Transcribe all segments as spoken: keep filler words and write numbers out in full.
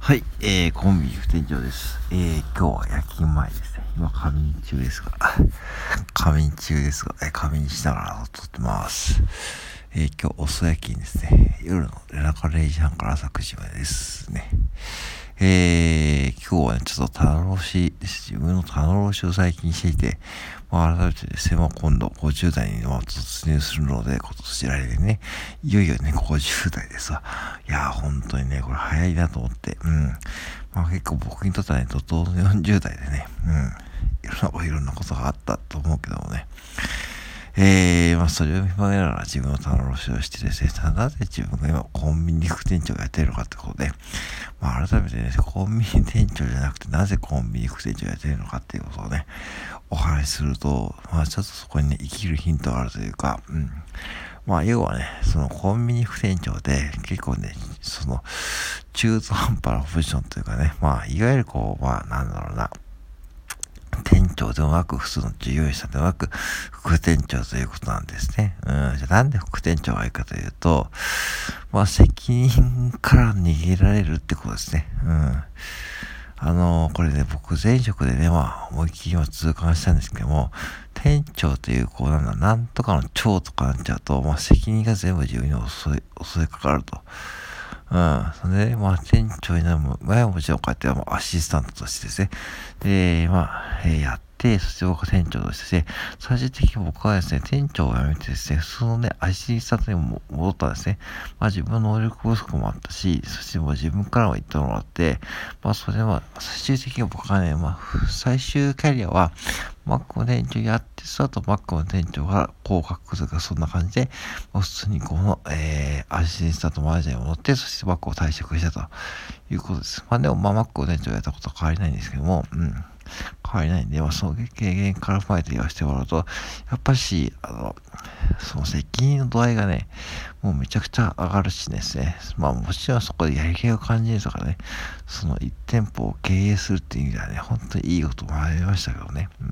はい、えー、コンビニ副店長です。えー、今日は夜勤前ですね。今仮眠中ですが、仮眠中ですが、えー、仮眠しながら撮ってます。えー、今日遅夜勤ですね。夜の夜中れいじはんから朝くじまでですね。えー、今日はね、ちょっと楽しいです。自分の楽しを最近していて、まあ、改めてですね、まあ、今度ごじゅう代にまあ突入するので、今年来年ね、いよいよね、ごじゅう代でさ、いやー、本当にね、これ早いなと思って、うん。まあ結構僕にとってはね、怒涛のよんじゅう代でね、うん。いろんな、いろんなことがあったと思うけどもね。えー、まあそれを見曲げながら自分の楽しみをしてですね、なぜ自分が今コンビニ副店長をやっているのかってことで、まあ改めてね、コンビニ店長じゃなくてなぜコンビニ副店長をやっているのかっていうことをね、お話しすると、まあちょっとそこにね、生きるヒントがあるというか、うん。まあ要はね、そのコンビニ副店長で結構ね、その中途半端なポジションというかね、まあいわゆるこう、まあなんだろうな、店長でもなく、普通の従業員さんでもなく、副店長ということなんですね。うん。じゃあなんで副店長がいいかというと、まあ責任から逃げられるってことですね。うん。あのー、これね、僕前職でね、まあ思いっきり今痛感したんですけども、店長という、こうなんだ、なんとかの長とかなっちゃうと、まあ責任が全部自分に襲い、襲いかかると。うん。それで、まあ、店長になる前はもちろんこうやってもうアシスタントとしてですね。で、まあ、えーやって、そして僕は店長としてですね、最終的に僕はですね、店長を辞めてですね、そのね、アシスタントにも戻ったんですね。まあ自分の能力不足もあったし、そしてもう自分からも言ってもらって、まあそれは最終的に僕はね、まあ最終キャリアは、マックの店長やって、その後マックの店長が降格とかそんな感じで、まあ、普通にこの、えー、アシスタントマネージャーに戻って、そしてマックを退職したということです。まあでも、まあマックの店長をやったことは変わりないんですけども、うん。変わりないんで、まあその経験から踏まえて言わせてもらうと、やっぱし、あの、その責任の度合いがね、もうめちゃくちゃ上がるしですね。まあもちろんそこでやりがいを感じるとかね、その一店舗を経営するっていう意味ではね、本当にいいこともありましたけどね。うん。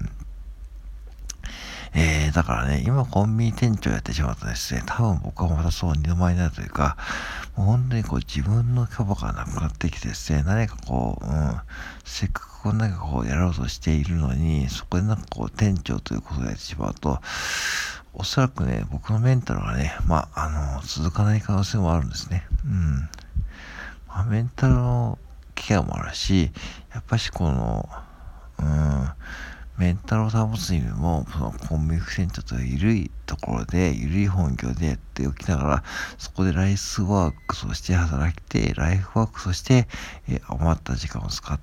えー、だからね、今コンビニ店長やってしまうとですね、多分僕はまたそう二度前になるというか、もう本当にこう自分のキャパがなくなってきてですね、何かこう、うん、せっかくこうなんかこうやろうとしているのに、そこでなんかこう店長ということをやってしまうと、おそらくね、僕のメンタルがね、まあ、あの、続かない可能性もあるんですね。うん。まあ、メンタルのケアもあるし、やっぱしこの、うん、メンタルを保つにも、そのコンビニセンターという緩いところで、緩い本業でやっておきながら、そこでライスワークとして働いて、ライフワークとして、えー余った時間を使って、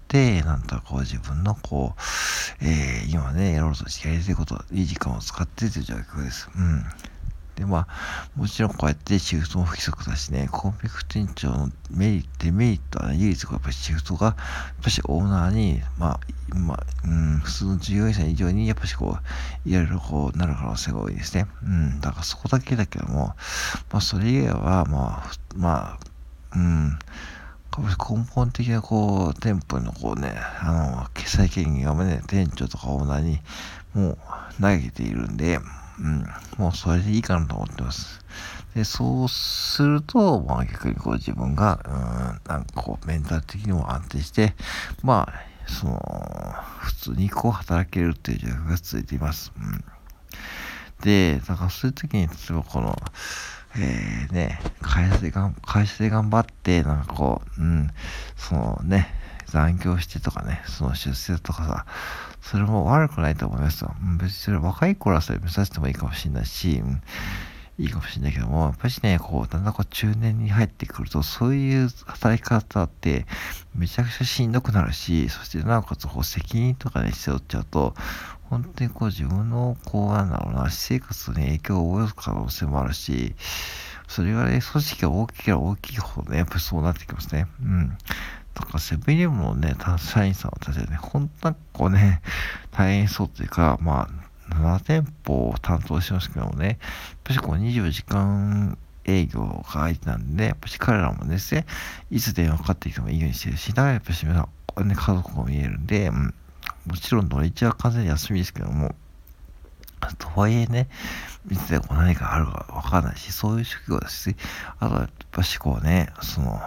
なんとかこう自分のこう、えー今ね、やろうとしてやりたいこと、いい時間を使ってという状況です。うん。で、まあ、もちろんこうやってシフトも不規則だしね、コンビニ店長のメリット、デメリットはね、唯一こうやっぱりシフトが、やっぱしオーナーに、まあ、まあ、うん、普通の従業員さん以上に、やっぱしこう、いろいろこう、なる可能性が多いですね。うん、だからそこだけだけども、まあ、それ以外は、まあ、まあ、うん、根本的なこう、店舗のこうね、あの、決済権限がね、店長とかオーナーに、もう投げているんで、うん、もうそれでいいかなと思ってます。で、そうすると、まあ逆にこう自分が、うん、なんかこうメンタル的にも安定して、まあ、その、普通にこう働けるっていう状況が続いています。うん。で、だからそういう時に、例えばこの、えー、ね、会社でがん、会社で頑張って、なんかこう、うん、そのね、残業してとかね、その出世とかさ、それも悪くないと思いますよ。うん、別にそれ若い頃はそれ目指してもいいかもしれないし、うん、いいかもしれないけども、やっぱりね、こう、だんだんこう中年に入ってくると、そういう働き方ってめちゃくちゃしんどくなるし、そしてなおかつこう責任とかね、背負っちゃうと、本当にこう自分の、こうなんだろうな、私生活に影響を及ぼす可能性もあるし、それがね、組織が大きければ大きいほどね、やっぱりそうなってきますね。うん。だからセブンイレブンのね、社員さんたちはね、本当なんかこうね、大変そうというか、まあ、なな店舗を担当してますけどもね、やっぱしこうにじゅうよじかん営業が相手なんで、やっぱし彼らもですね、いつ電話かかってきてもいいようにしてるし、だからやっぱし皆さん、ね、家族も見えるんで、うん、もちろん土日は完全に休みですけども、とはいえね、いつでも何かあるかわかんないし、そういう職業ですし、あとはやっぱしこうね、その、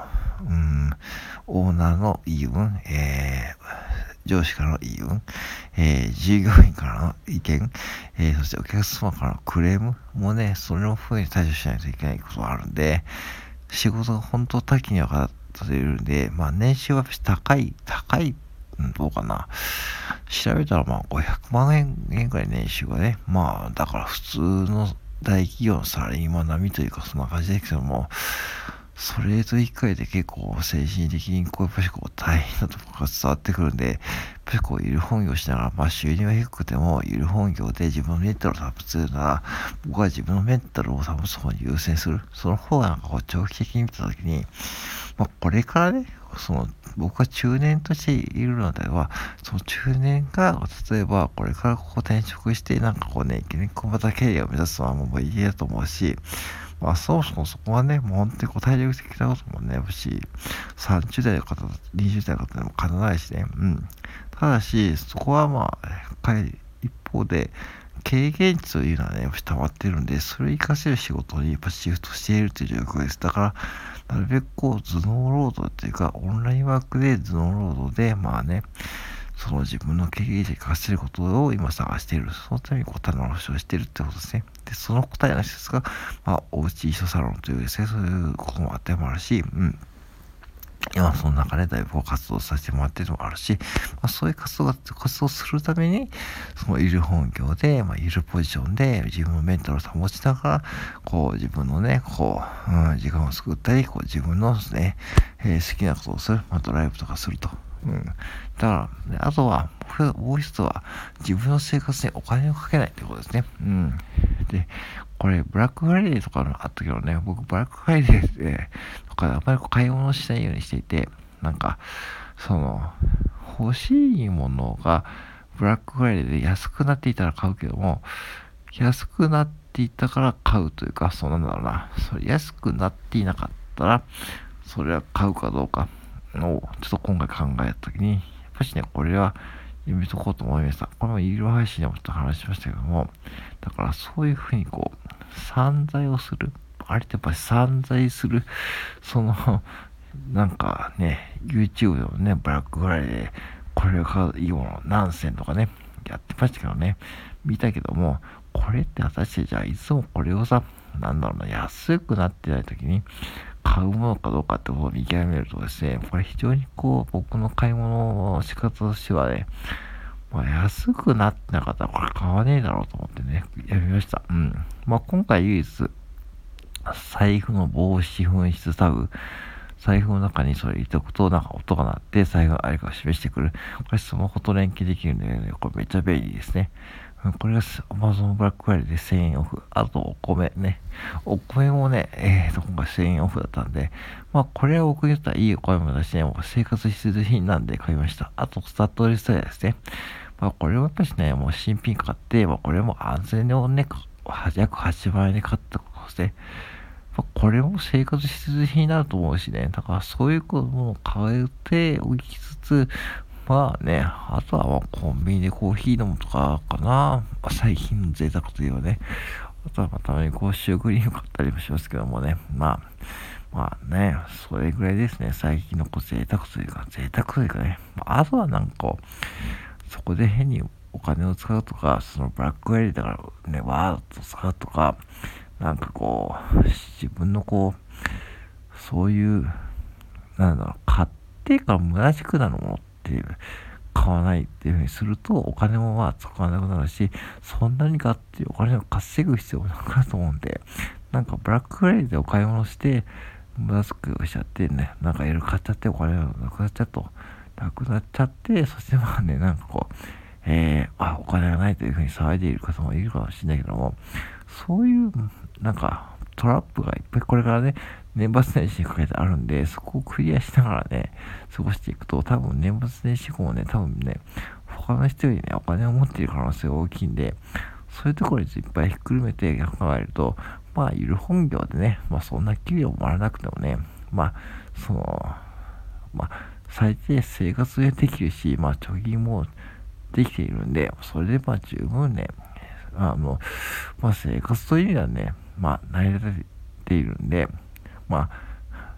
うん、オーナーの言い分、えー、上司からの言い分、えー、従業員からの意見、えー、そしてお客様からのクレームもね、それの風に対処しないといけないことがあるんで、仕事が本当多岐に分かっているんで、まあ年収はやっぱり高い、高い、うん、どうかな。調べたらまあごひゃくまん円、円ぐらい年収がね、まあだから普通の大企業のサラリーマン並みというかそんな感じですけども、それと一回で結構精神的にこうやっぱりこう大変なところが伝わってくるんで、やっぱりこうゆる本業しながら、まあ収入は低くてもゆる本業で自分のメンタルを保つなら、僕は自分のメンタルを保つ方に優先する。その方がなんかこう長期的に見たときに、まあこれからね、その僕は中年としているのでは、その中年が、例えばこれからここ転職して、なんかこうね、健康型経営を目指すのはもういいやと思うし、まあ、そもそもそこはね、もう本当にこう体力的なこともね、やっぱし、さんじゅう代の方、にじゅう代の方でもかなわないしね。うん。ただし、そこはまあ、かい一方で、経験値というのはね、やっぱし溜まってるんで、それを活かせる仕事にやっぱシフトしているという状況です。だから、なるべくこう、頭脳労働っていうか、オンラインワークで頭脳労働で、まあね、その自分の経験値に活かせることを今探している。そのために答えの話をしているってことですね。で、その答えの一つが、まあ、おうちイソサロンというですね、そういうこともあってもあるし、うん。今その中でだいぶ活動させてもらっているのもあるし、まあ、そういう活動が、活動するために、そのいる本業で、まあ、いるポジションで自分のメンタルを保ちながら、こう自分のね、こう、うん、時間を作ったり、こう自分のですね、えー好きなことをする、まあ、ドライブとかすると。うん。だから、ね、あとは、もう一つは、自分の生活にお金をかけないってことですね。うん。で、これ、ブラックフライデーとかのあったけどね、僕、ブラックフライデーで、とか、あんまりこう買い物しないようにしていて、なんか、その、欲しいものが、ブラックフライデーで安くなっていたら買うけども、安くなっていたから買うというか、そうなんだろうな。それ安くなっていなかったら、それは買うかどうかを、ちょっと今回考えたときに、やっぱしね、これはやめとこうと思いました。これも有料配信でもちょっと話しましたけども、だからそういうふうにこう、散財をする。あれってやっぱり散財する、その、なんかね、YouTube でもね、ブラックフライデー、これがいいもの何千とかね、やってましたけどね、見たけども、これって果たしてじゃあいつもこれをさ、なんだろうな、安くなってない時に買うものかどうかってことを見極めるとですね、これ非常にこう、僕の買い物の仕方としてはね、まあ、安くなってなかったらこれ買わねえだろうと思ってね、やめました。うん。まあ今回唯一、財布の防止紛失タグ、財布の中にそれ入れておくと、なんか音が鳴って、財布があれかを示してくる。これスマホと連携できるんで、ね、これめっちゃ便利ですね。これが Amazon ブラックフライデーでせんえんオフ。あとお米ね。お米もね、えーと、今回せんえんオフだったんで、まあこれは僕にとってはいいお米もだしね、もう生活必需品なんで買いました。あとスタッドレスタイヤですね。まあこれもやっぱしね、もう新品買って、まあこれも安全をね、約はちまん円で買ったことですね。まあ、これも生活必需品になると思うしね。だからそういうことも変えておきつつ、まあね、あとはまあコンビニでコーヒー飲むとかかな。まあ、最近の贅沢といえばね。あとはまあたまにこうシュークリーム買ったりもしますけどもね。まあ、まあね、それぐらいですね。最近のこう贅沢というか、贅沢というかね。まあ、あとはなんかこう、そこで変にお金を使うとか、そのブラックエリーだからね、わーっと使うとか、なんかこう、自分のこう、そういう、なんだろう、買ってから無駄しくなるものっていう、買わないっていうふうにすると、お金もまあ使わなくなるし、そんなに買ってお金を稼ぐ必要もなくなると思うんで、なんかブラックフライデーでお買い物して、無駄遣いをしちゃってね、なんかいろいろ買っちゃってお金がなくなっちゃうと、なくなっちゃって、そしてまあね、なんかこう、えー、あ、お金がないというふうに騒いでいる方もいるかもしれないけども、そういう、なんか、トラップがいっぱいこれからね、年末年始にかけてあるんで、そこをクリアしながらね、過ごしていくと、多分年末年始後もね、多分ね、他の人よりね、お金を持っている可能性が大きいんで、そういうところにいっぱいひっくるめて考えると、まあ、いる本業でね、まあ、そんな給料もらわなくてもね、まあ、その、まあ、最低生活ができるし、まあ、貯金もできているんで、それでまあ十分ね、あの、まあ生活という意味ではね、まあ成り立てているんで、まあ、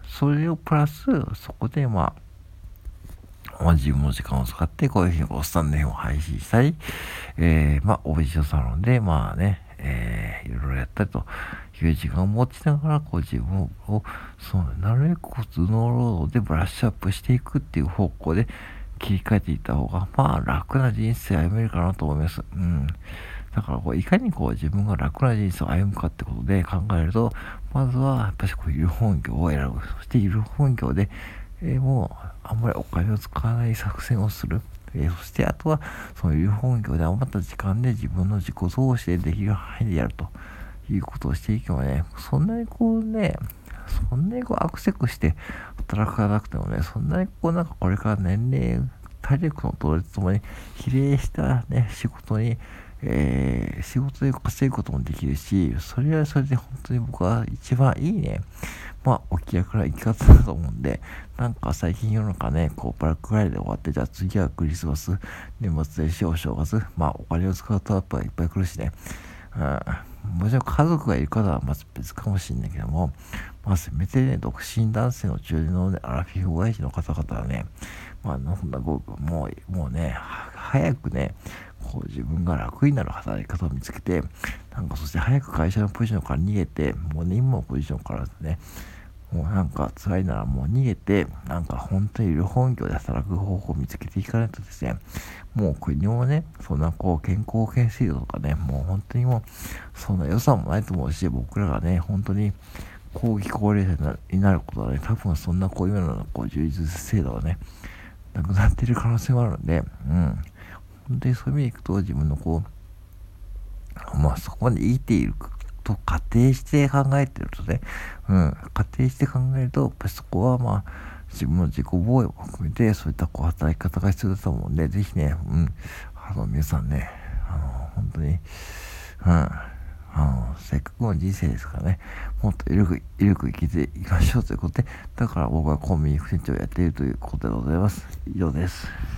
それをプラス、そこでまあ、まあ、自分の時間を使って、こういうふうにこうスタンド エフエム を配信したり、えー、まあ、オーディションサロンで、まあね、えー、いろいろやったりという時間を持ちながら、こう自分を、そう、なるべくこう頭脳労働でブラッシュアップしていくっていう方向で切り替えていった方が、まあ、楽な人生を歩めるかなと思います。うん。だからこう、いかにこう自分が楽な人生を歩むかってことで考えると、まずはやっぱりこう、ゆる本業を選ぶ。そしてゆる本業で、えー、もう、あんまりお金を使わない作戦をする。えー、そしてあとは、そのゆる本業で余った時間で自分の自己増資でできる範囲でやるということをしていけばね、そんなにこうね、そんなにこうアクセクして働かなくてもね、そんなにこうなんかこれから年齢、体力の同列ともに比例したね、仕事に、えー、仕事で稼ぐこともできるし、それはそれで本当に僕は一番いいね、まあ、お気楽な生き方だと思うんで、なんか最近世の中ね、こう、ブラックフライデーで終わって、じゃあ次はクリスマス、年末年始、お正月、まあ、お金を使うとやっぱいっぱい来るしね、うん、もちろん家族がいる方はまず別かもしれないけども、まあ、せめてね、独身男性の中年の、ね、アラフィフ親父の方々はね、まあ、そんなごもう、もうね、早くね、こう自分が楽になる働き方を見つけて、なんかそして早く会社のポジションから逃げて、もうね、今のポジションからね、もうなんか辛いならもう逃げて、なんか本当にいる本業で働く方法を見つけていかないとですね、もう国もね、そんなこう健康保険制度とかね、もう本当にもう、そんな予算もないと思うし、僕らがね、本当に後期高齢者になることはね、多分そんなこういうようなこう充実制度はね、なくなっている可能性もあるんで、うん。本当にそういう意味でいくと、自分のこう、まあそこまで生きていると仮定して考えてるとね、うん、仮定して考えると、やっぱりそこはまあ、自分の自己防衛も含めて、そういったこう働き方が必要だと思うんで、ぜひね、うん、あの、皆さんね、あの、本当に、うん、あの、せっかくの人生ですからね、もっとゆるく、ゆるく生きていきましょうということで、だから僕はコンビニ副店長をやっているということでございます。以上です。